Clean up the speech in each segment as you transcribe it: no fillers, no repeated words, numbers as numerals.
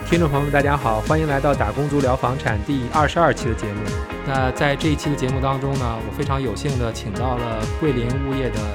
听众朋友们大家好，欢迎来到打工族聊房产第22期的节目。那在这一期的节目当中呢，我非常有幸的请到了桂林物业的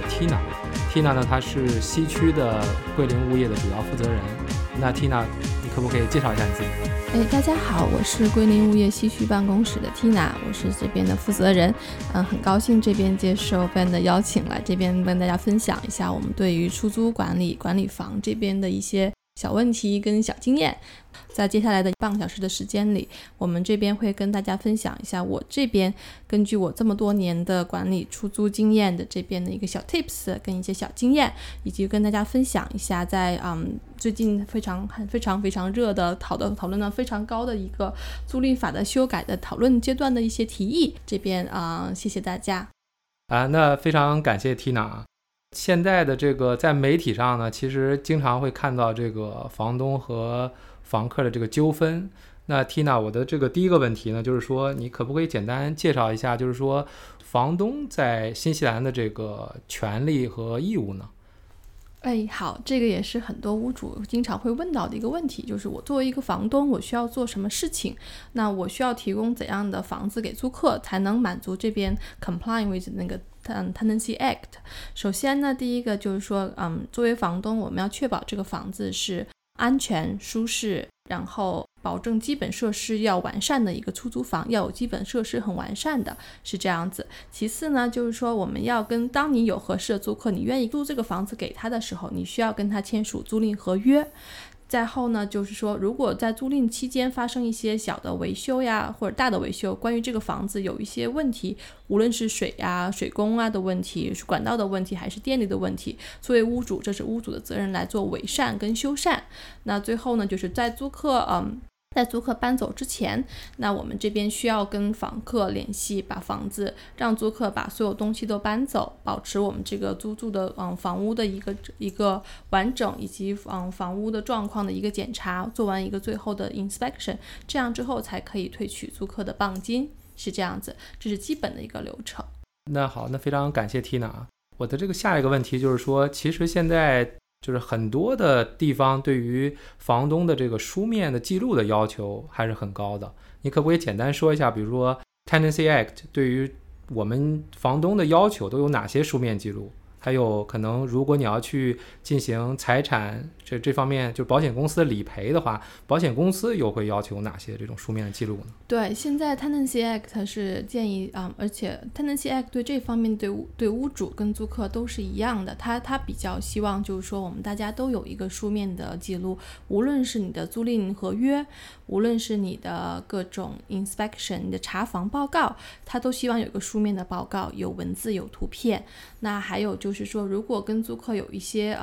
Tina 呢，她是西区的桂林物业的主要负责人。那 Tina， 你可不可以介绍一下你自己？ 大家好，我是桂林物业西区办公室的 Tina， 我是这边的负责人。很高兴这边接受 Ben 的邀请，来这边跟大家分享一下我们对于出租管理房这边的一些小问题跟小经验。在接下来的半个小时的时间里，我们这边会跟大家分享一下我这边根据我这么多年的管理出租经验的这边的一个小 tips 跟一些小经验，以及跟大家分享一下在最近非常热的讨论的非常高的一个租赁法的修改的讨论阶段的一些提议。这边谢谢大家。 那非常感谢 Tina。现在的这个在媒体上呢，其实经常会看到这个房东和房客的这个纠纷。那 Tina， 我的这个第一个问题呢，就是说你可不可以简单介绍一下，就是说房东在新西兰的这个权利和义务呢？ 好，这个也是很多屋主经常会问到的一个问题，就是我作为一个房东，我需要做什么事情？那我需要提供怎样的房子给租客，才能满足这边 comply with 那个Tenancy Act。 首先呢，第一个就是说作为房东，我们要确保这个房子是安全舒适，然后保证基本设施要完善的一个出租房，要有基本设施很完善的，是这样子。其次呢，就是说我们要当你有合适的租客，你愿意租这个房子给他的时候，你需要跟他签署租赁合约。再后呢，就是说如果在租赁期间发生一些小的维修呀，或者大的维修，关于这个房子有一些问题，无论是水工的问题，是管道的问题，还是电力的问题，作为屋主，这是屋主的责任来做伪善跟修缮。那最后呢，就是在租客搬走之前，那我们这边需要跟房客联系，把房子让租客把所有东西都搬走，保持我们这个租住的房屋的一个完整，以及房屋的状况的一个检查，做完一个最后的 inspection， 这样之后才可以退取租客的磅金，是这样子，这是基本的一个流程。 那好，那非常感谢 Tina。 我的这个下一个问题就是说，其实现在就是很多的地方对于房东的这个书面的记录的要求还是很高的。你可不可以简单说一下，比如说 Tenancy Act 对于我们房东的要求都有哪些书面记录？还有可能如果你要去进行财产这方面，就保险公司的理赔的话，保险公司又会要求哪些这种书面的记录呢？ 对，现在 Tenancy Act 是建议而且 Tenancy Act 对这方面对屋主跟租客都是一样的，他比较希望就是说我们大家都有一个书面的记录，无论是你的租赁合约，无论是你的各种 inspection， 你的查房报告，他都希望有一个书面的报告，有文字有图片。那还有就是说，如果跟租客有一些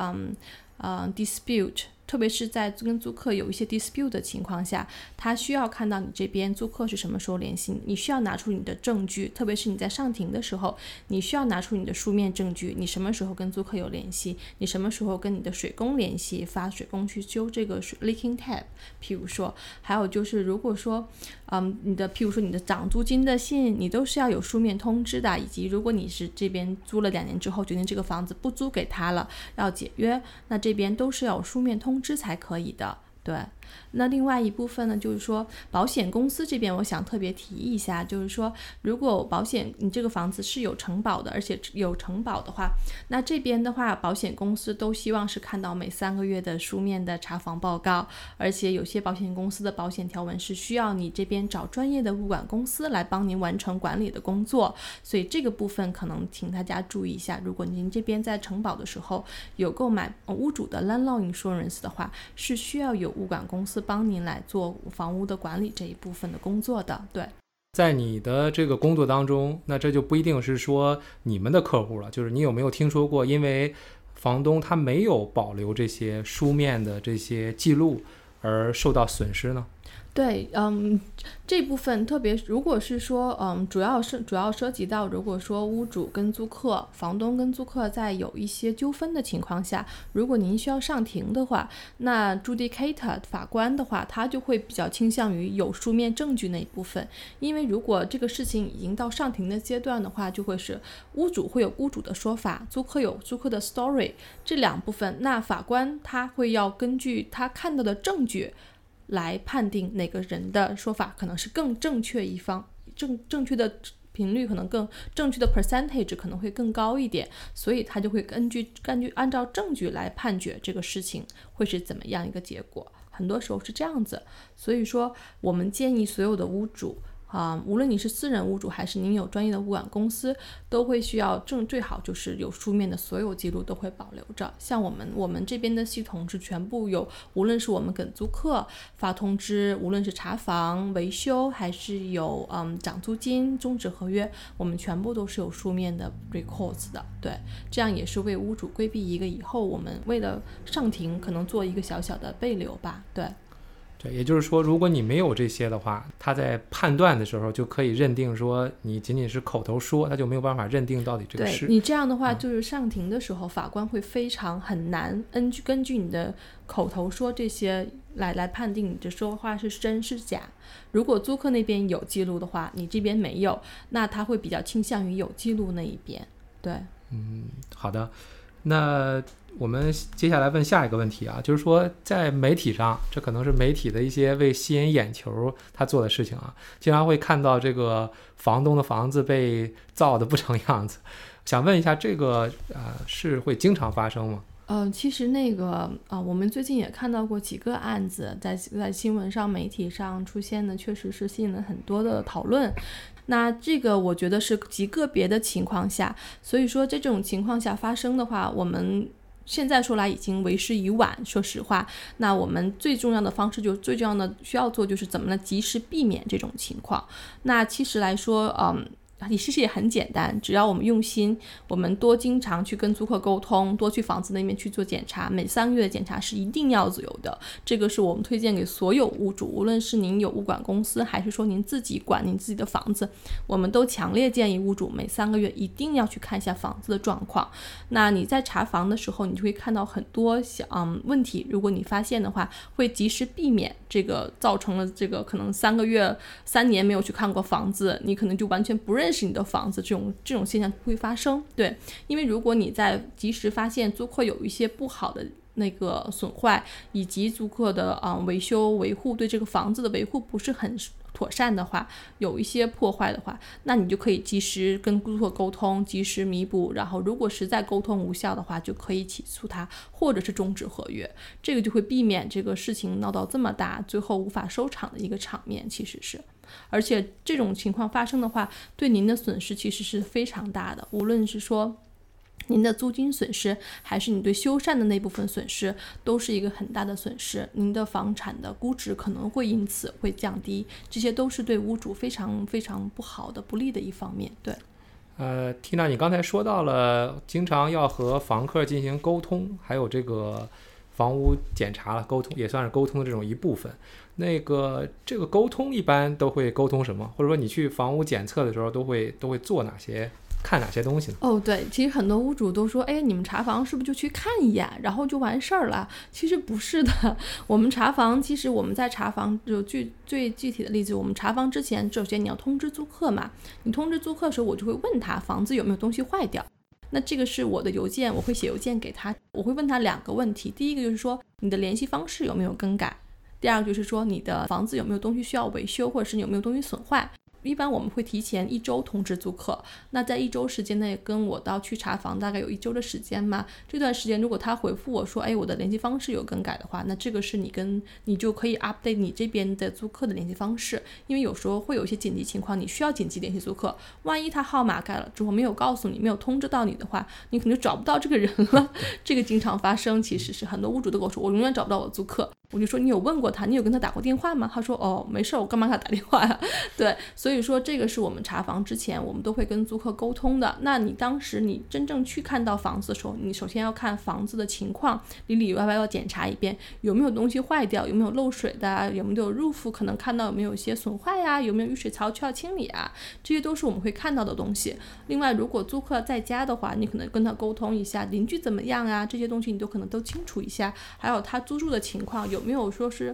dispute， 特别是在跟租客有一些 dispute 的情况下，他需要看到你这边租客是什么时候联系你，需要拿出你的证据，特别是你在上庭的时候，你需要拿出你的书面证据，你什么时候跟租客有联系，你什么时候跟你的水工联系，发水工去修这个 leaking tap。 譬如说，还有就是如果说譬如说你的涨租金的信，你都是要有书面通知的，以及如果你是这边租了2年之后决定这个房子不租给他了，要解约，那这边都是要有书面通知才可以的。对，那另外一部分呢，就是说保险公司这边我想特别提一下，就是说如果你这个房子是有承保的，而且有承保的话，那这边的话保险公司都希望是看到每3个月的书面的查房报告，而且有些保险公司的保险条文是需要你这边找专业的物管公司来帮您完成管理的工作，所以这个部分可能请大家注意一下，如果您这边在承保的时候有购买屋主的 landlord insurance 的话，是需要有物管公司帮您来做房屋的管理这一部分的工作的。对， 在你的这个工作当中，那这就不一定是说你们的客户了，就是你有没有听说过因为房东他没有保留这些书面的这些记录而受到损失呢？ 对，这部分特别如果是说主要涉及到如果说屋主跟租客，房东跟租客在有一些纠纷的情况下，如果您需要上庭的话，那 judicator 法官的话，他就会比较倾向于有书面证据那一部分，因为如果这个事情已经到上庭的阶段的话，就会是屋主会有屋主的说法，租客有租客的 story， 这两部分，那法官他会要根据他看到的证据来判定哪个人的说法可能是更正确一方，正确的频率可能更正确的 percentage 可能会更高一点，所以他就会根据按照证据来判决这个事情会是怎么样一个结果，很多时候是这样子。所以说我们建议所有的屋主无论你是私人屋主还是您有专业的物管公司，都会需要最好就是有书面的所有记录都会保留着。像我们这边的系统是全部有，无论是我们跟租客发通知，无论是查房维修还是有涨租金终止合约，我们全部都是有书面的 records 的。对，这样也是为屋主规避一个以后我们为了上庭可能做一个小小的备留吧。 对，也就是说如果你没有这些的话，他在判断的时候就可以认定说你仅仅是口头说，他就没有办法认定到底这个事。 对，你这样的话就是上庭的时候法官会很难根据你的口头说这些来判定你的说话是真是假。如果租客那边有记录的话，你这边没有，那他会比较倾向于有记录那一边。对， 好的，那我们接下来问下一个问题啊，就是说在媒体上，这可能是媒体的一些为吸引眼球他做的事情啊，经常会看到这个房东的房子被造的不成样子，想问一下这个是会经常发生吗？ 其实那个我们最近也看到过几个案子在新闻上媒体上出现的，确实是吸引了很多的讨论。那这个我觉得是极个别的情况下，所以说这种情况下发生的话，我们现在说来已经为时已晚，说实话。那我们最重要的方式，最重要的需要做就是怎么能及时避免这种情况。那其实来说其实也很简单，只要我们用心，我们经常去跟租客沟通，多去房子那边去做检查，每3个月的检查是一定要有的。这个是我们推荐给所有屋主，无论是您有物管公司还是说您自己管您自己的房子，我们都强烈建议屋主每3个月一定要去看一下房子的状况。那你在查房的时候，你就会看到很多问题，如果你发现的话，会及时避免这个造成了这个可能3年没有去看过房子，你可能就完全不认识你的房子，这种现象会发生。对，因为如果你在及时发现租客有一些不好的那个损坏，以及租客的维修维护对这个房子的维护不是很妥善的话，有一些破坏的话，那你就可以及时跟租客沟通，及时弥补，然后如果实在沟通无效的话，就可以起诉他或者是终止合约，这个就会避免这个事情闹到这么大最后无法收场的一个场面。其实是，而且这种情况发生的话，对您的损失其实是非常大的，无论是说您的租金损失还是你对修缮的那部分损失，都是一个很大的损失，您的房产的估值可能会因此会降低，这些都是对屋主非常非常不好的不利的一方面。对 ，Tina 你刚才说到了经常要和房客进行沟通，还有这个房屋检查了，沟通也算是沟通的这种一部分。这个沟通一般都会沟通什么？或者说你去房屋检测的时候都会做哪些？看哪些东西呢？ 对，其实很多屋主都说，你们查房是不是就去看一眼然后就完事儿了？其实不是的，我们查房，其实我们在查房就最具体的例子，我们查房之前，首先你要通知租客嘛，你通知租客的时候，我就会问他房子有没有东西坏掉。那这个是我的邮件，我会写邮件给他，我会问他2个问题，第一个就是说你的联系方式有没有更改，第二个就是说你的房子有没有东西需要维修，或者是你有没有东西损坏。一般我们会提前1周通知租客，那在1周时间内跟我到去查房大概有1周的时间嘛，这段时间如果他回复我说我的联系方式有更改的话，那这个是你就可以 update 你这边的租客的联系方式，因为有时候会有一些紧急情况，你需要紧急联系租客，万一他号码改了之后没有告诉你，没有通知到你的话，你可能找不到这个人了这个经常发生，其实是很多屋主都跟我说我永远找不到我的租客，我就说你有问过他，你有跟他打过电话吗？他说没事，我干嘛给他打电话呀对，所以说这个是我们查房之前我们都会跟租客沟通的。那你当时你真正去看到房子的时候，你首先要看房子的情况，里里外外要检查一遍，有没有东西坏掉，有没有漏水的，有没有roof可能看到有没有一些损坏呀，有没有雨水槽需要清理啊，这些都是我们会看到的东西。另外如果租客在家的话，你可能跟他沟通一下邻居怎么样啊，这些东西你都可能都清楚一下，还有他租住的情况有没有说是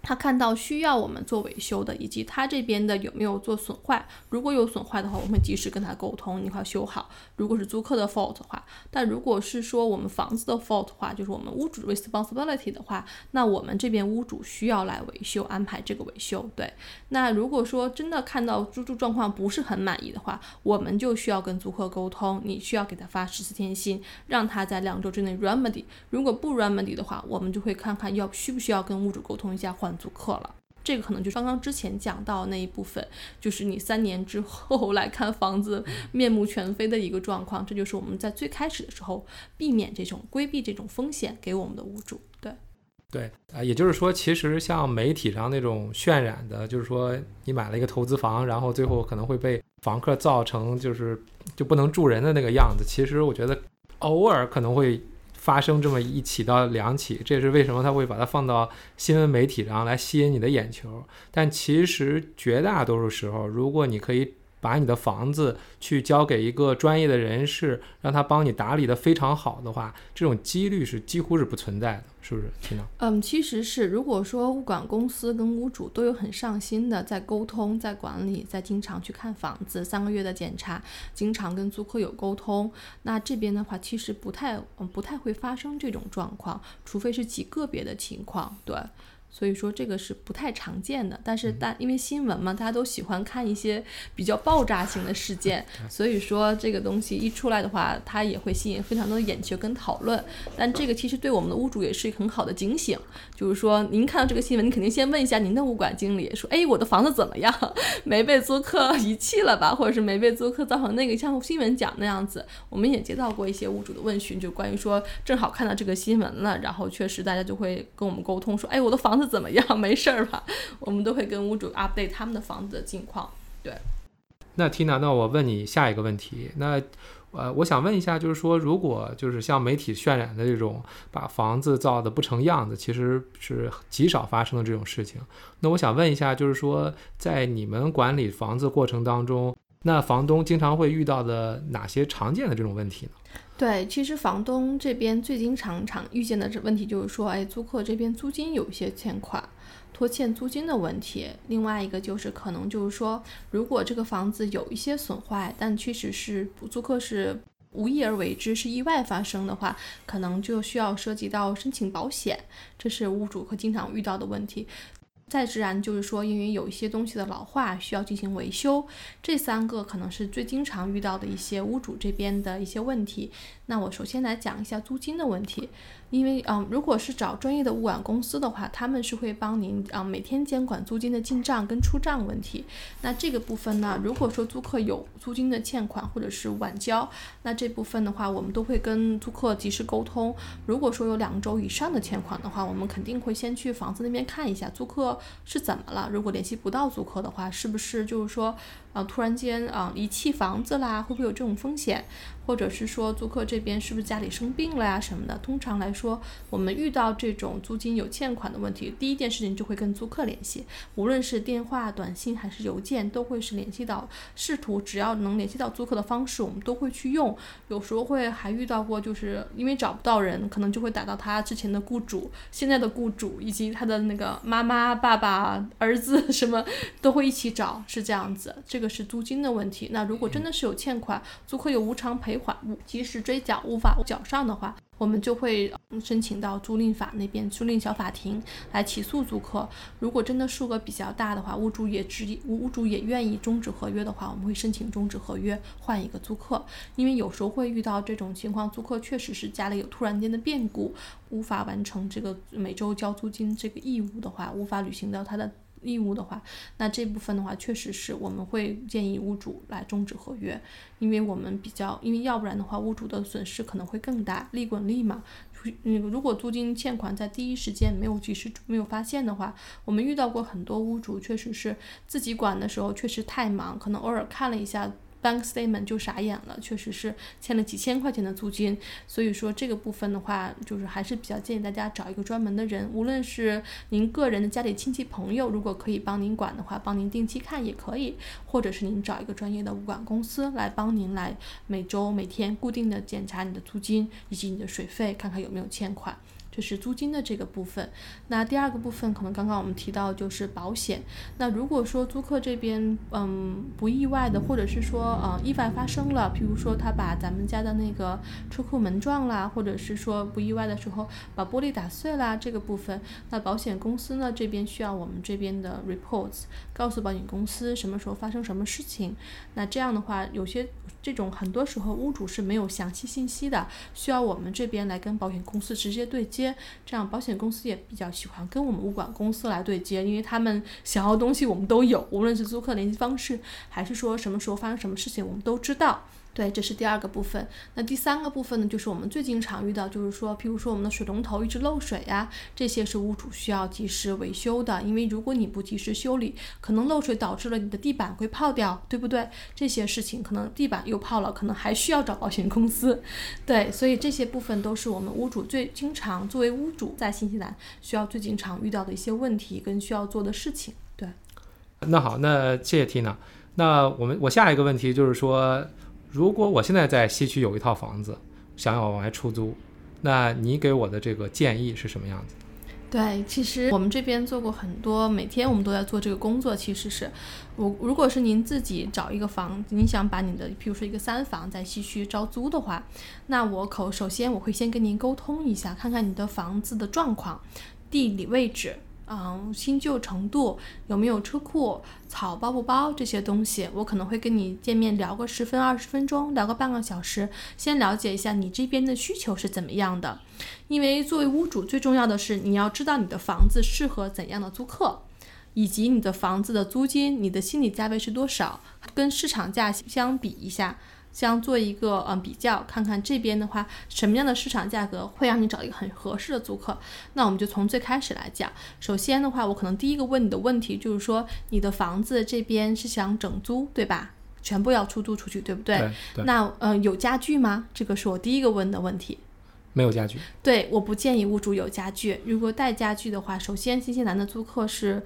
他看到需要我们做维修的，以及他这边的有没有做损坏，如果有损坏的话，我们会及时跟他沟通，你快修好，如果是租客的 fault 的话。但如果是说我们房子的 fault 的话，就是我们屋主 responsibility 的话，那我们这边屋主需要来维修，安排这个维修。对，那如果说真的看到入住状况不是很满意的话，我们就需要跟租客沟通，你需要给他发14天薪，让他在2周之内 remedy， 如果不 remedy 的话，我们就会看看需不需要跟屋主沟通一下换租客了。这个可能就是刚刚之前讲到那一部分，就是你3年之后来看房子面目全非的一个状况，这就是我们在最开始的时候规避这种风险给我们的屋主。 对，也就是说其实像媒体上那种渲染的，就是说你买了一个投资房，然后最后可能会被房客造成就不能住人的那个样子，其实我觉得偶尔可能会发生这么1起到2起，这也是为什么他会把它放到新闻媒体上来吸引你的眼球。但其实绝大多数时候，如果你可以把你的房子去交给一个专业的人士，让他帮你打理的非常好的话，这种几率是几乎是不存在的，是不是Tina？ 其实是，如果说物管公司跟屋主都有很上心的在沟通、在管理、在经常去看房子，3个月的检查，经常跟租客有沟通，那这边的话其实不太会发生这种状况，除非是极个别的情况。对，所以说这个是不太常见的。但是因为新闻嘛，大家都喜欢看一些比较爆炸性的事件，所以说这个东西一出来的话，它也会吸引非常多的眼球跟讨论。但这个其实对我们的屋主也是很好的警醒，就是说您看到这个新闻，你肯定先问一下您的物管经理，说我的房子怎么样，没被租客遗弃了吧，或者是没被租客造成那个像新闻讲那样子。我们也接到过一些屋主的问询，就关于说正好看到这个新闻了，然后确实大家就会跟我们沟通说我的房子怎么样，没事吧？我们都会跟屋主 update 他们的房子的近况。对， 那 Tina， 那我问你下一个问题，那我想问一下，就是说如果就是像媒体渲染的这种把房子造的不成样子，其实是极少发生的这种事情，那我想问一下，就是说在你们管理房子过程当中，那房东经常会遇到的哪些常见的这种问题呢？ 对，其实房东这边最经常遇见的这问题就是说，租客这边租金有一些欠款，拖欠租金的问题。另外一个就是可能就是说，如果这个房子有一些损坏，但确实是租客是无意而为之，是意外发生的话，可能就需要涉及到申请保险，这是屋主会经常遇到的问题。再自然就是说，因为有一些东西的老化需要进行维修，这3个可能是最经常遇到的一些屋主这边的一些问题。那我首先来讲一下租金的问题，因为如果是找专业的物管公司的话，他们是会帮您每天监管租金的进账跟出账问题。那这个部分呢，如果说租客有租金的欠款或者是晚交，那这部分的话我们都会跟租客及时沟通。如果说有2周以上的欠款的话，我们肯定会先去房子那边看一下租客是怎么了，如果联系不到租客的话，是不是就是说突然间遗弃房子啦，会不会有这种风险，或者是说租客这边是不是家里生病了呀什么的。通常来说，我们遇到这种租金有欠款的问题，第一件事情就会跟租客联系，无论是电话、短信还是邮件，都会是联系到，试图只要能联系到租客的方式我们都会去用。有时候还遇到过，就是因为找不到人，可能就会打到他之前的雇主、现在的雇主以及他的那个妈妈、爸爸、儿子什么都会一起找，是这样子。这个是租金的问题。那如果真的是有欠款，租客有无偿赔款、及时追缴无法缴上的话，我们就会申请到租赁法那边，租赁小法庭来起诉租客。如果真的数额比较大的话，屋主也愿意终止合约的话，我们会申请终止合约，换一个租客。因为有时候会遇到这种情况，租客确实是家里有突然间的变故，无法完成这个每周交租金这个义务的话，无法履行到他的义务的话，那这部分的话确实是我们会建议屋主来终止合约。因为要不然的话屋主的损失可能会更大，利滚利嘛。如果租金欠款在第一时间没有发现的话，我们遇到过很多屋主确实是自己管的时候确实太忙，可能偶尔看了一下Bank statement 就傻眼了，确实是欠了几千块钱的租金。所以说这个部分的话，就是还是比较建议大家找一个专门的人，无论是您个人的家里亲戚朋友，如果可以帮您管的话，帮您定期看也可以，或者是您找一个专业的物管公司来帮您来每周每天固定的检查你的租金以及你的水费，看看有没有欠款。 这是租金的这个部分。那第二个部分可能刚刚我们提到就是保险。那如果说租客这边不意外的，或者是说意外发生了，譬如说他把咱们家的那个车库门撞啦，或者是说不意外的时候把玻璃打碎啦，这个部分，那保险公司呢这边需要我们这边的 reports 告诉保险公司什么时候发生什么事情。那这样的话，有些这种很多时候屋主是没有详细信息的，需要我们这边来跟保险公司直接对接，这样保险公司也比较喜欢跟我们物管公司来对接，因为他们想要的东西我们都有，无论是租客联系方式，还是说什么时候发生什么事情我们都知道。对，这是第二个部分。那第三个部分呢，就是我们最经常遇到，就是说譬如说我们的水龙头一直漏水呀，这些是屋主需要及时维修的，因为如果你不及时修理，可能漏水导致了你的地板会泡掉，对不对？这些事情可能地板又泡了，可能还需要找保险公司。对，所以这些部分都是我们屋主最经常，作为屋主在新西兰需要最经常遇到的一些问题跟需要做的事情。对， 那好，那谢谢 Tina。那我下一个问题就是说，如果我现在在西区有一套房子，想要往外出租，那你给我的这个建议是什么样子？ 对，其实我们这边做过很多，每天我们都在做这个工作。其实是如果是您自己找一个房，你想把你的比如说一个3房在西区招租的话，那首先我会先跟您沟通一下，看看你的房子的状况、地理位置、新旧程度，有没有车库，草包不包，这些东西我可能会跟你见面聊个10分20分钟，聊个半个小时，先了解一下你这边的需求是怎么样的。因为作为屋主最重要的是你要知道你的房子适合怎样的租客，以及你的房子的租金，你的心理价位是多少，跟市场价相比一下，相做一个比较，看看这边的话什么样的市场价格会让你找一个很合适的租客。那我们就从最开始来讲，首先的话我可能第一个问你的问题就是说，你的房子这边是想整租对吧？全部要出租出去对不对？ 对。 那有家具吗？这个是我第一个问的问题。 没有家具。 对，我不建议屋主有家具。如果带家具的话，首先新西兰的租客是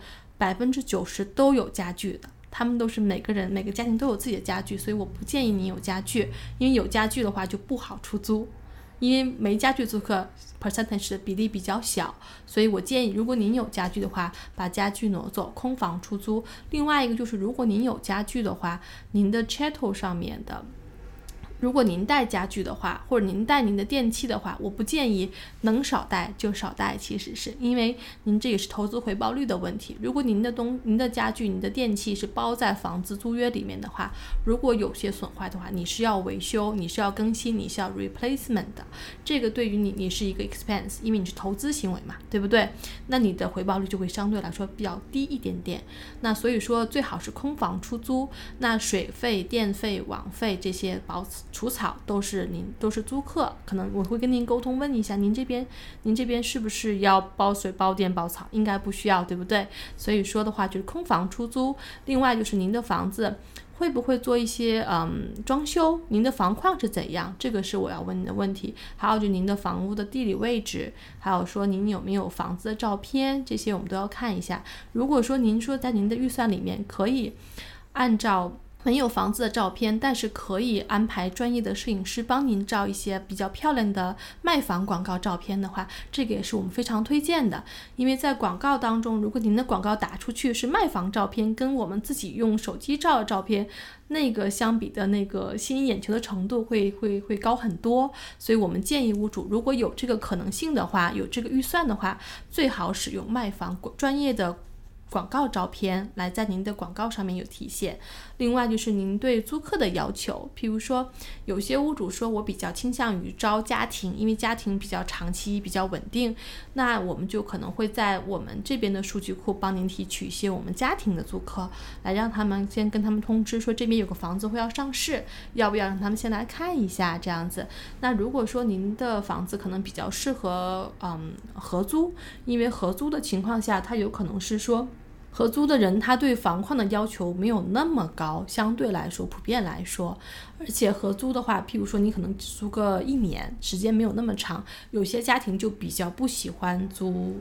90%都有家具的，他们都是每个家庭都有自己的家具，所以我不建议你有家具，因为有家具的话就不好出租，因为没家具租客 percentage 的比例比较小，所以我建议如果您有家具的话，把家具挪走，空房出租。另外一个就是如果您有家具的话，您的 chattel 上面的，如果您带家具的话，或者您带您的电器的话，我不建议能少带就少带，其实是因为您这也是投资回报率的问题。如果您的家具、您的电器是包在房子租约里面的话，如果有些损坏的话，你是要维修，你是要更新，你是要 replacement 的，这个对于你是一个 expense， 因为你是投资行为嘛，对不对？那你的回报率就会相对来说比较低一点点。那所以说最好是空房出租，那水费、电费、网费这些除草都是租客，可能我会跟您沟通问一下，您这边是不是要包水包电包草？应该不需要，对不对？所以说的话就是空房出租。另外就是您的房子会不会做一些装修，您的房况是怎样，这个是我要问你的问题。还有就是您的房屋的地理位置，还有说您有没有房子的照片，这些我们都要看一下。如果说您说在您的预算里面可以按照没有房子的照片，但是可以安排专业的摄影师帮您照一些比较漂亮的卖房广告照片的话，这个也是我们非常推荐的。因为在广告当中，如果您的广告打出去是卖房照片，跟我们自己用手机照的照片，那个相比的那个吸引眼球的程度会高很多。所以我们建议屋主如果有这个可能性的话，有这个预算的话，最好使用卖房专业的广告照片来在您的广告上面有体现。另外就是您对租客的要求，譬如说有些屋主说我比较倾向于招家庭，因为家庭比较长期比较稳定，那我们就可能会在我们这边的数据库帮您提取一些我们家庭的租客，来让他们先跟他们通知说这边有个房子会要上市，要不要让他们先来看一下这样子。那如果说您的房子可能比较适合合租，因为合租的情况下它有可能是说合租的人他对房况的要求没有那么高，相对来说普遍来说，而且合租的话，譬如说你可能租个1年，时间没有那么长，有些家庭就比较不喜欢租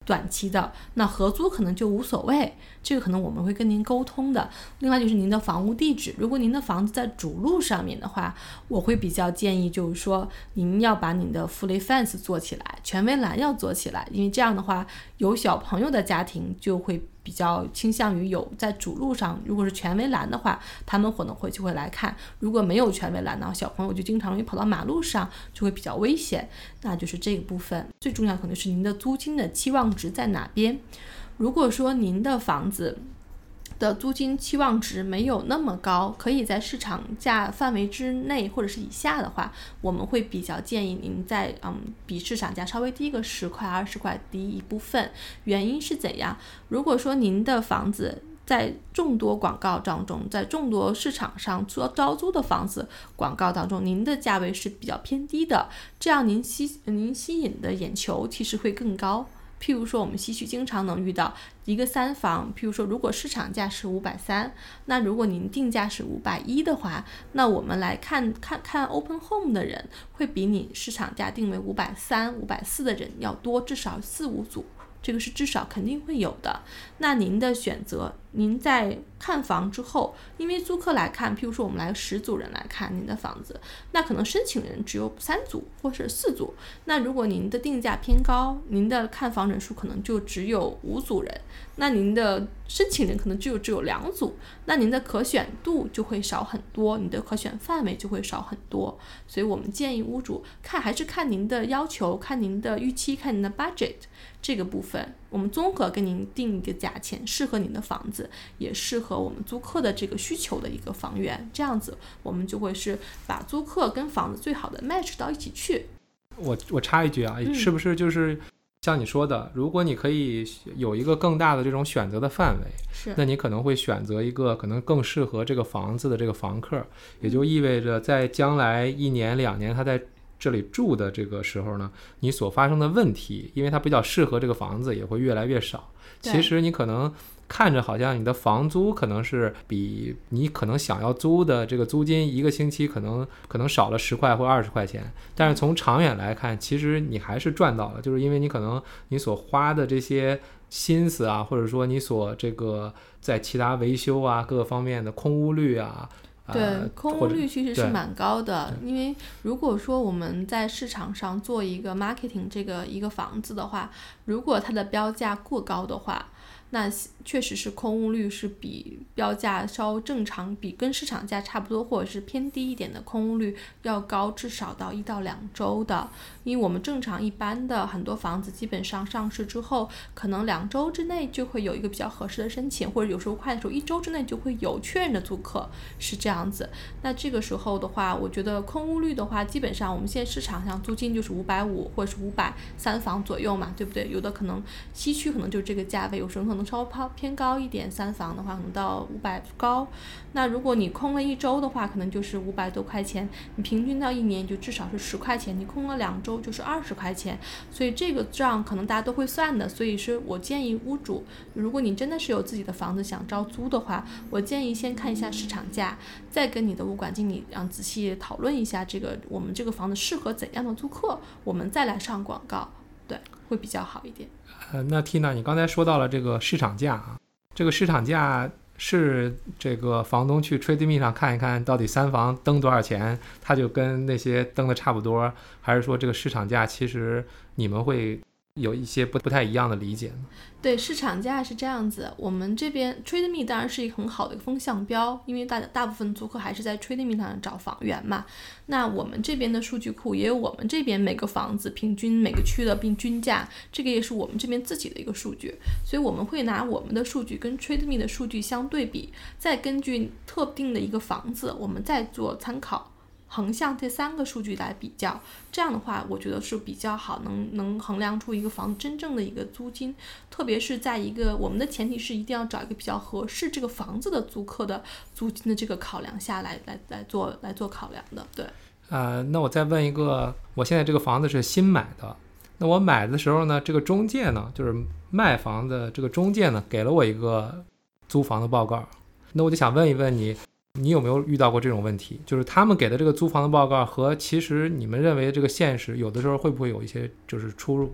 短期的，那合租可能就无所谓，这个可能我们会跟您沟通的。另外就是您的房屋地址，如果您的房子在主路上面的话，我会比较建议就是说您要把您的fully fence 做起来，全围栏要做起来，因为这样的话有小朋友的家庭就会比较倾向于有在主路上，如果是全围栏的话，他们可能就会来看，如果没有全围栏呢，小朋友就经常容易跑到马路上，就会比较危险。那就是这个部分最重要可能是您的租金的期望值在哪边。如果说您的房子的租金期望值没有那么高，可以在市场价范围之内或者是以下的话，我们会比较建议您在比市场价稍微低个10块20块低一部分。原因是怎样？如果说您的房子在众多广告当中，在众多市场上招租的房子广告当中，您的价位是比较偏低的，这样您吸引的眼球其实会更高。譬如说我们西区经常能遇到一个3房，譬如说如果市场价是530，那如果您定价是510的话，那我们来看 Open Home 的人会比你市场价定为530、540的人要多，至少4-5组，这个是至少肯定会有的。那您的选择，您在看房之后，因为租客来看，譬如说我们来10组人来看您的房子，那可能申请人只有3组或是4组，那如果您的定价偏高，您的看房人数可能就只有5组人，那您的申请人可能只有2组，那您的可选度就会少很多，你的可选范围就会少很多。所以我们建议屋主还是看您的要求，看您的预期，看您的 budget 这个部分，我们综合给您定一个价钱，适合您的房子，也适合我们租客的这个需求的一个房源，这样子我们就会是把租客跟房子最好的 match 到一起去。 我插一句啊，是不是就是像你说的，如果你可以有一个更大的这种选择的范围， 是， 那你可能会选择一个可能更适合这个房子的这个房客，也就意味着在将来1年2年他在这里住的这个时候呢，你所发生的问题，因为它比较适合这个房子，也会越来越少。其实你可能看着好像你的房租可能是比你可能想要租的这个租金1个星期可能少了10块或20块钱，但是从长远来看，其实你还是赚到了，就是因为你可能你所花的这些心思啊，或者说你所这个在其他维修啊各个方面的空屋率啊。 对，空屋率其实是蛮高的，因为如果说我们在市场上做一个 marketing 一个房子的话，如果它的标价过高的话，那确实是空屋率是比标价稍正常，比跟市场价差不多或者是偏低一点的空屋率要高至少到1到2周的。因为我们正常一般的很多房子基本上上市之后，可能2周之内就会有一个比较合适的申请，或者有时候快的时候1周之内就会有确认的租客，是这样子。那这个时候的话，我觉得空屋率的话，基本上我们现在市场上租金就是550或者是530房左右嘛，对不对？有的可能西区可能就这个价位，有时候可能稍微偏高一点，3房的话可能到500高。那如果你空了1周的话，可能就是500多块钱，你平均到1年就至少是10块钱，你空了2周就是20块钱，所以这个账可能大家都会算的。所以是我建议屋主，如果你真的是有自己的房子想招租的话，我建议先看一下市场价，再跟你的物管经理仔细讨论一下我们这个房子适合怎样的租客，我们再来上广告，对，会比较好一点。 那 Tina 你刚才说到了这个市场价啊，这个市场价是这个房东去 TradeMe 上看一看到底3房登多少钱，他就跟那些登的差不多，还是说这个市场价其实你们会有一些不太一样的理解呢？ 对，市场价是这样子，我们这边 TradeMe 当然是一个很好的风向标，因为大部分租客还是在 TradeMe 上找房源嘛。那我们这边的数据库也有我们这边每个房子平均每个区的均价，这个也是我们这边自己的一个数据，所以我们会拿我们的数据跟 TradeMe 的数据相对比，再根据特定的一个房子，我们再做参考，横向这3个数据来比较，这样的话我觉得是比较好，能衡量出一个房子真正的一个租金，特别是在一个我们的前提是一定要找一个比较合适这个房子的租客的租金的这个考量下来做考量的。对， 那我再问一个，我现在这个房子是新买的，那我买的时候呢，这个中介呢，就是卖房的这个中介呢，给了我一个租房的报告，那我就想问一问你有没有遇到过这种问题，就是他们给的这个租房的报告和其实你们认为这个现实有的时候会不会有一些就是出入？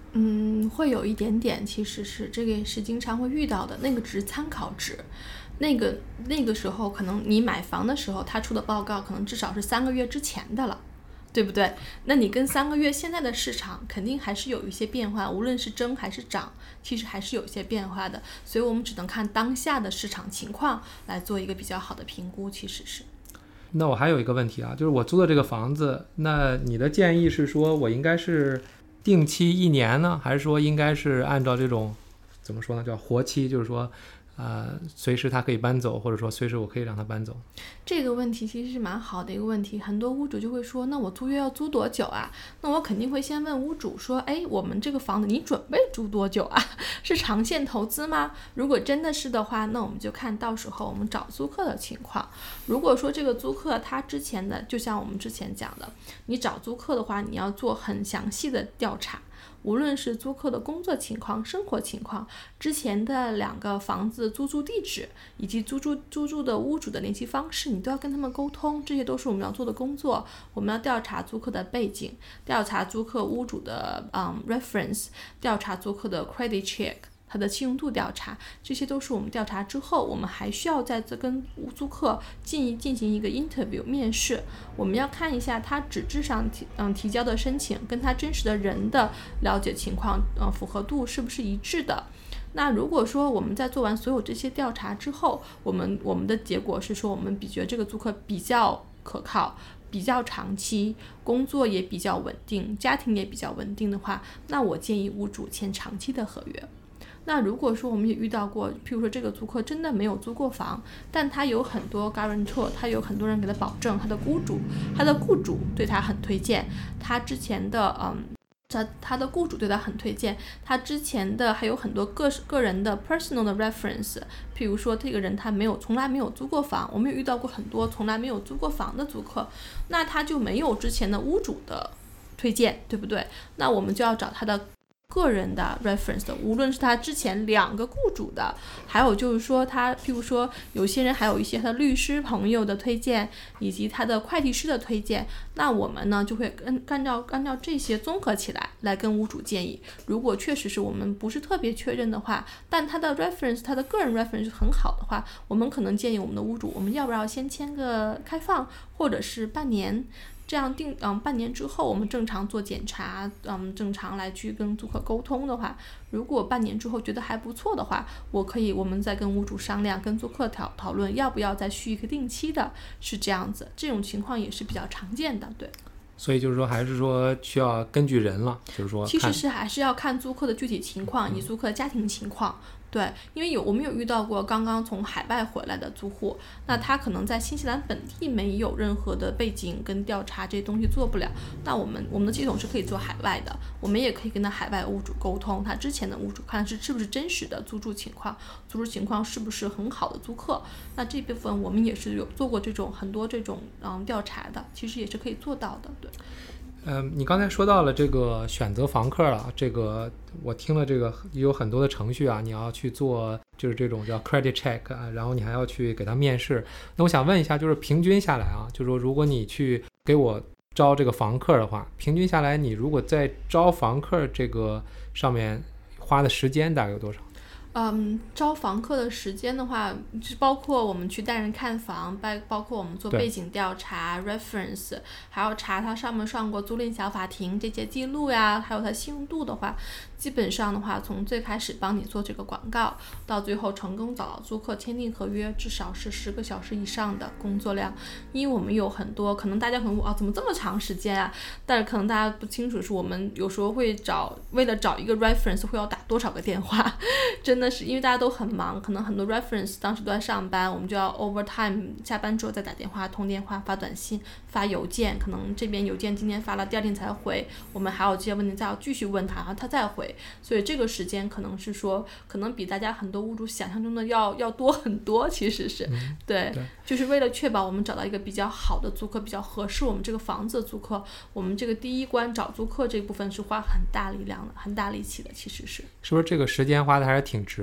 会有一点点，其实是这个也是经常会遇到的，那个只是参考值。那个时候可能你买房的时候他出的报告可能至少是3个月之前的了，对不对？那你跟3个月现在的市场肯定还是有一些变化，无论是增还是涨，其实还是有一些变化的，所以我们只能看当下的市场情况来做一个比较好的评估，其实是。 那我还有一个问题啊，就是我租的这个房子，那你的建议是说我应该是定期1年呢，还是说应该是按照这种怎么说呢，叫活期，就是说随时他可以搬走，或者说随时我可以让他搬走？ 这个问题其实是蛮好的一个问题，很多屋主就会说，那我租约要租多久啊？那我肯定会先问屋主说，我们这个房子你准备租多久啊？是长线投资吗？如果真的是的话，那我们就看到时候我们找租客的情况。如果说这个租客他之前的，就像我们之前讲的，你找租客的话，你要做很详细的调查，无论是租客的工作情况、生活情况，之前的2个房子租住地址，以及租住的屋主的联系方式，你都要跟他们沟通，这些都是我们要做的工作。我们要调查租客的背景，调查租客屋主的reference， 调查租客的 credit check，他的信用度调查，这些都是我们调查之后，我们还需要再跟租客进行一个 interview 面试。我们要看一下他纸质上提交的申请跟他真实的人的了解情况符合度是不是一致的。那如果说我们在做完所有这些调查之后，我们的结果是说我们觉得这个租客比较可靠，比较长期，工作也比较稳定，家庭也比较稳定的话，那我建议屋主签长期的合约。那如果说我们也遇到过，譬如说这个租客真的没有租过房，但他有很多 guarantor， 他有很多人给他保证，他的雇主对他很推荐，他之前的他的雇主对他很推荐，他之前的还有很多个人的 personal 的 reference， 譬如说这个人他从来没有租过房，我们也遇到过很多从来没有租过房的租客，那他就没有之前的屋主的推荐，对不对？那我们就要找他的个人的 reference 的，无论是他之前2个雇主的，还有就是说他譬如说有些人还有一些他的律师朋友的推荐，以及他的会计师的推荐，那我们呢就会按照这些综合起来跟屋主建议。如果确实是我们不是特别确认的话，但他的 reference 他的个人 reference 很好的话，我们可能建议我们的屋主，我们要不要先签个开放，或者是半年，这样半年之后我们正常做检查，正常来去跟租客沟通的话，如果半年之后觉得还不错的话，我们再跟屋主商量，跟租客讨论要不要再续一个定期的，是这样子。这种情况也是比较常见的，对。 所以就是说还是说需要根据人了，就是说其实是还是要看租客的具体情况，以及租客的家庭情况。对，因为我们有遇到过刚刚从海外回来的租户，那他可能在新西兰本地没有任何的背景跟调查，这些东西做不了。那我们的系统是可以做海外的，我们也可以跟他海外屋主沟通，他之前的屋主看是不是真实的租住情况是不是很好的租客。那这部分我们也是有做过很多这种调查的，其实也是可以做到的，对。 你刚才说到了这个选择房客了，这个我听了，这个有很多的程序啊，你要去做就是这种叫 credit check 啊，然后你还要去给他面试。那我想问一下，就是平均下来啊，就是说如果你去给我招这个房客的话，平均下来你如果在招房客这个上面花的时间大概有多少？ 招房客的时间的话，就包括我们去带人看房，包括我们做背景调查 reference， 还要查他上面上过租赁小法庭这些记录呀，还有他信用度的话，基本上的话，从最开始帮你做这个广告，到最后成功找到租客签订合约，至少是10个小时以上的工作量。因为我们有很多，可能大家可能怎么这么长时间啊？但是可能大家不清楚，是我们有时候会为了找一个 reference 会要打多少个电话，真的是因为大家都很忙，可能很多 reference 当时都在上班，我们就要 overtime 下班之后再打电话、通电话、发短信、发邮件，可能这边邮件今天发了，第2天才回，我们还有这些问题再要继续问他，然后他再回，所以这个时间可能是说，可能比大家很多屋主想象中的要多很多，其实是，对，就是为了确保我们找到一个比较好的租客，比较合适我们这个房子的租客，我们这个第一关找租客这部分是花很大力量的，很大力气的，其实是。 是不是这个时间花的还是挺值的？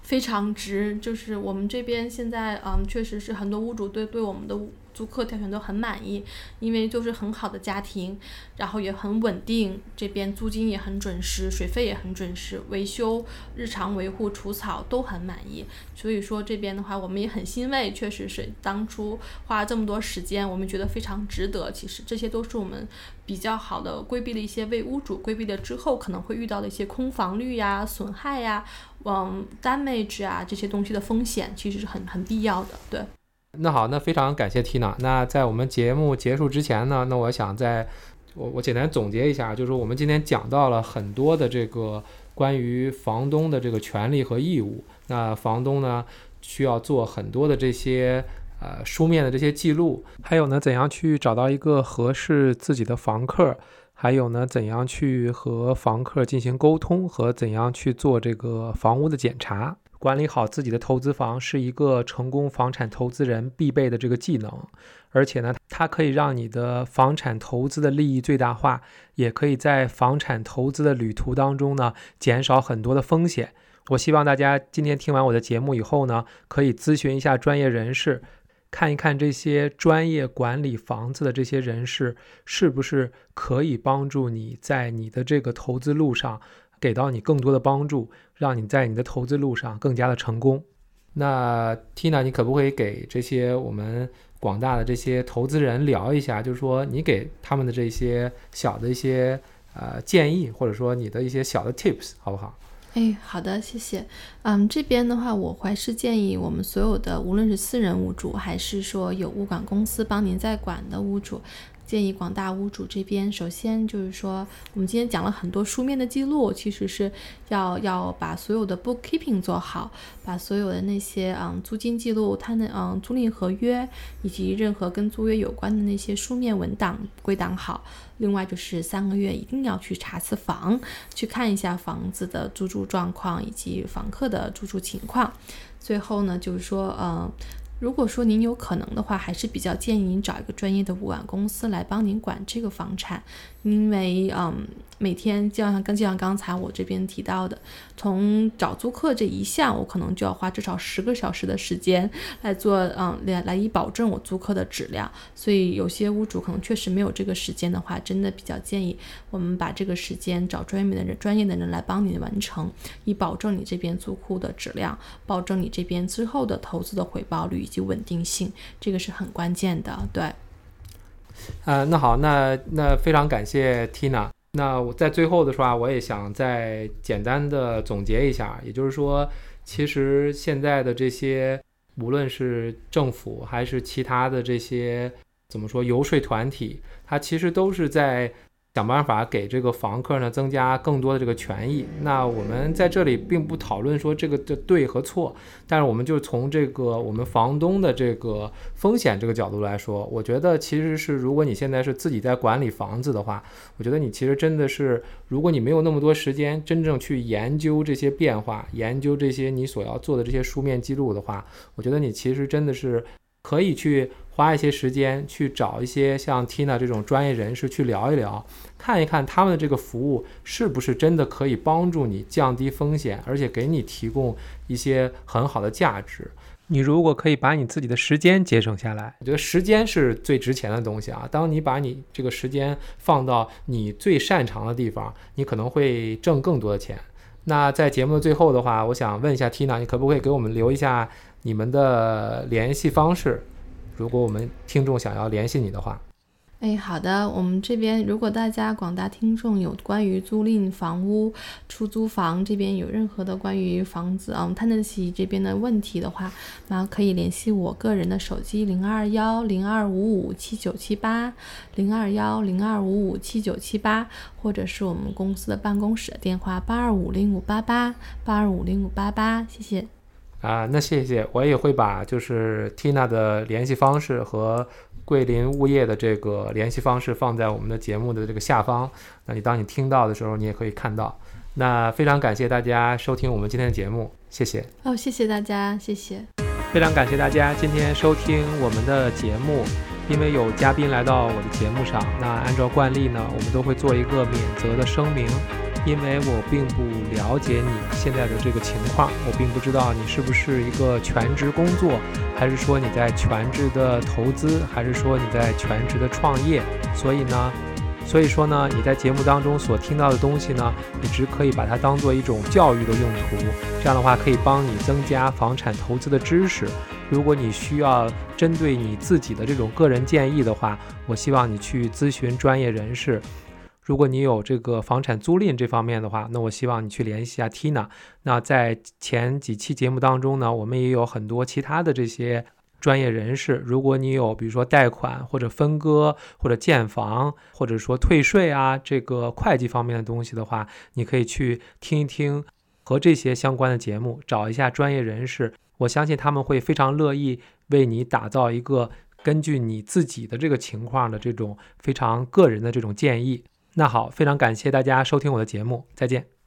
非常值，就是我们这边现在确实是很多屋主对我们的租客挑选都很满意，因为就是很好的家庭，然后也很稳定，这边租金也很准时，水费也很准时，维修、日常维护、除草都很满意。所以说这边的话我们也很欣慰，确实是当初花了这么多时间，我们觉得非常值得。其实这些都是我们比较好的规避了一些为屋主规避了之后可能会遇到的一些空房率呀、损害呀、damage 啊这些东西的风险，其实是很必要的。对。 那好，那非常感谢 Tina。那在我们节目结束之前呢，那我想我简单总结一下，就是我们今天讲到了很多的这个关于房东的这个权利和义务。那房东呢需要做很多的这些书面的这些记录，还有呢怎样去找到一个合适自己的房客，还有呢怎样去和房客进行沟通，和怎样去做这个房屋的检查。管理好自己的投资房是一个成功房产投资人必备的这个技能，而且呢，它可以让你的房产投资的利益最大化，也可以在房产投资的旅途当中呢，减少很多的风险。我希望大家今天听完我的节目以后呢，可以咨询一下专业人士，看一看这些专业管理房子的这些人士是不是可以帮助你在你的这个投资路上给到你更多的帮助，让你在你的投资路上更加的成功。那 Tina 你可不可以给这些我们广大的这些投资人聊一下，就是说你给他们的这些小的一些建议，或者说你的一些小的 tips 好不好？ 好的，谢谢。这边的话我还是建议我们所有的无论是私人屋主还是说有物管公司帮您在管的屋主，建议广大屋主这边，首先就是说我们今天讲了很多书面的记录，其实是要把所有的 bookkeeping 做好，把所有的那些租金记录、它的租赁合约以及任何跟租约有关的那些书面文档归档好。另外就是3个月一定要去查次房，去看一下房子的租住状况以及房客的住处情况。最后呢就是说如果说您有可能的话，还是比较建议您找一个专业的物管公司来帮您管这个房产，因为每天就像刚才我这边提到的，从找租客这一项，我可能就要花至少10个小时的时间来做来以保证我租客的质量。所以有些屋主可能确实没有这个时间的话，真的比较建议我们把这个时间找专业的人来帮你完成，以保证你这边租户的质量，保证你这边之后的投资的回报率以及稳定性，这个是很关键的。对。 那好，那非常感谢 Tina。那我在最后的时候我也想再简单的总结一下，也就是说，其实现在的这些无论是政府还是其他的这些怎么说游说团体，它其实都是在想办法给这个房客呢增加更多的这个权益。那我们在这里并不讨论说这个的对和错，但是我们就从这个我们房东的这个风险这个角度来说，我觉得其实是如果你现在是自己在管理房子的话，我觉得你其实真的是，如果你没有那么多时间真正去研究这些变化，研究这些你所要做的这些书面记录的话，我觉得你其实真的是可以去花一些时间去找一些像 Tina 这种专业人士去聊一聊，看一看他们的这个服务是不是真的可以帮助你降低风险，而且给你提供一些很好的价值。你如果可以把你自己的时间节省下来，我觉得时间是最值钱的东西啊。当你把你这个时间放到你最擅长的地方，你可能会挣更多的钱。那在节目的最后的话，我想问一下 Tina， 你可不可以给我们留一下你们的联系方式，如果我们听众想要联系你的话。 好的，我们这边如果大家广大听众有关于租赁房屋、出租房这边有任何的关于房子tenancy 这边的问题的话，那可以联系我个人的手机021-0255-7978 021-0255-7978，或者是我们公司的办公室的电话825-0588 825-0588，谢谢。 那谢谢，我也会把就是 Tina 的联系方式和桂林物业的这个联系方式放在我们的节目的这个下方，那你当你听到的时候你也可以看到。那非常感谢大家收听我们今天的节目，谢谢。 谢谢大家，谢谢。 非常感谢大家今天收听我们的节目，因为有嘉宾来到我的节目上，那按照惯例呢，我们都会做一个免责的声明。 因为我并不了解你现在的这个情况，我并不知道你是不是一个全职工作，还是说你在全职的投资，还是说你在全职的创业。所以说呢，你在节目当中所听到的东西呢，你只可以把它当做一种教育的用途，这样的话可以帮你增加房产投资的知识。如果你需要针对你自己的这种个人建议的话，我希望你去咨询专业人士。如果你有这个房产租赁这方面的话，那我希望你去联系一下 Tina。那在前几期节目当中呢，我们也有很多其他的这些专业人士，如果你有比如说贷款或者分割或者建房或者说退税啊，这个会计方面的东西的话，你可以去听一听和这些相关的节目，找一下专业人士，我相信他们会非常乐意为你打造一个根据你自己的这个情况的这种非常个人的这种建议。那好，非常感谢大家收听我的节目，再见。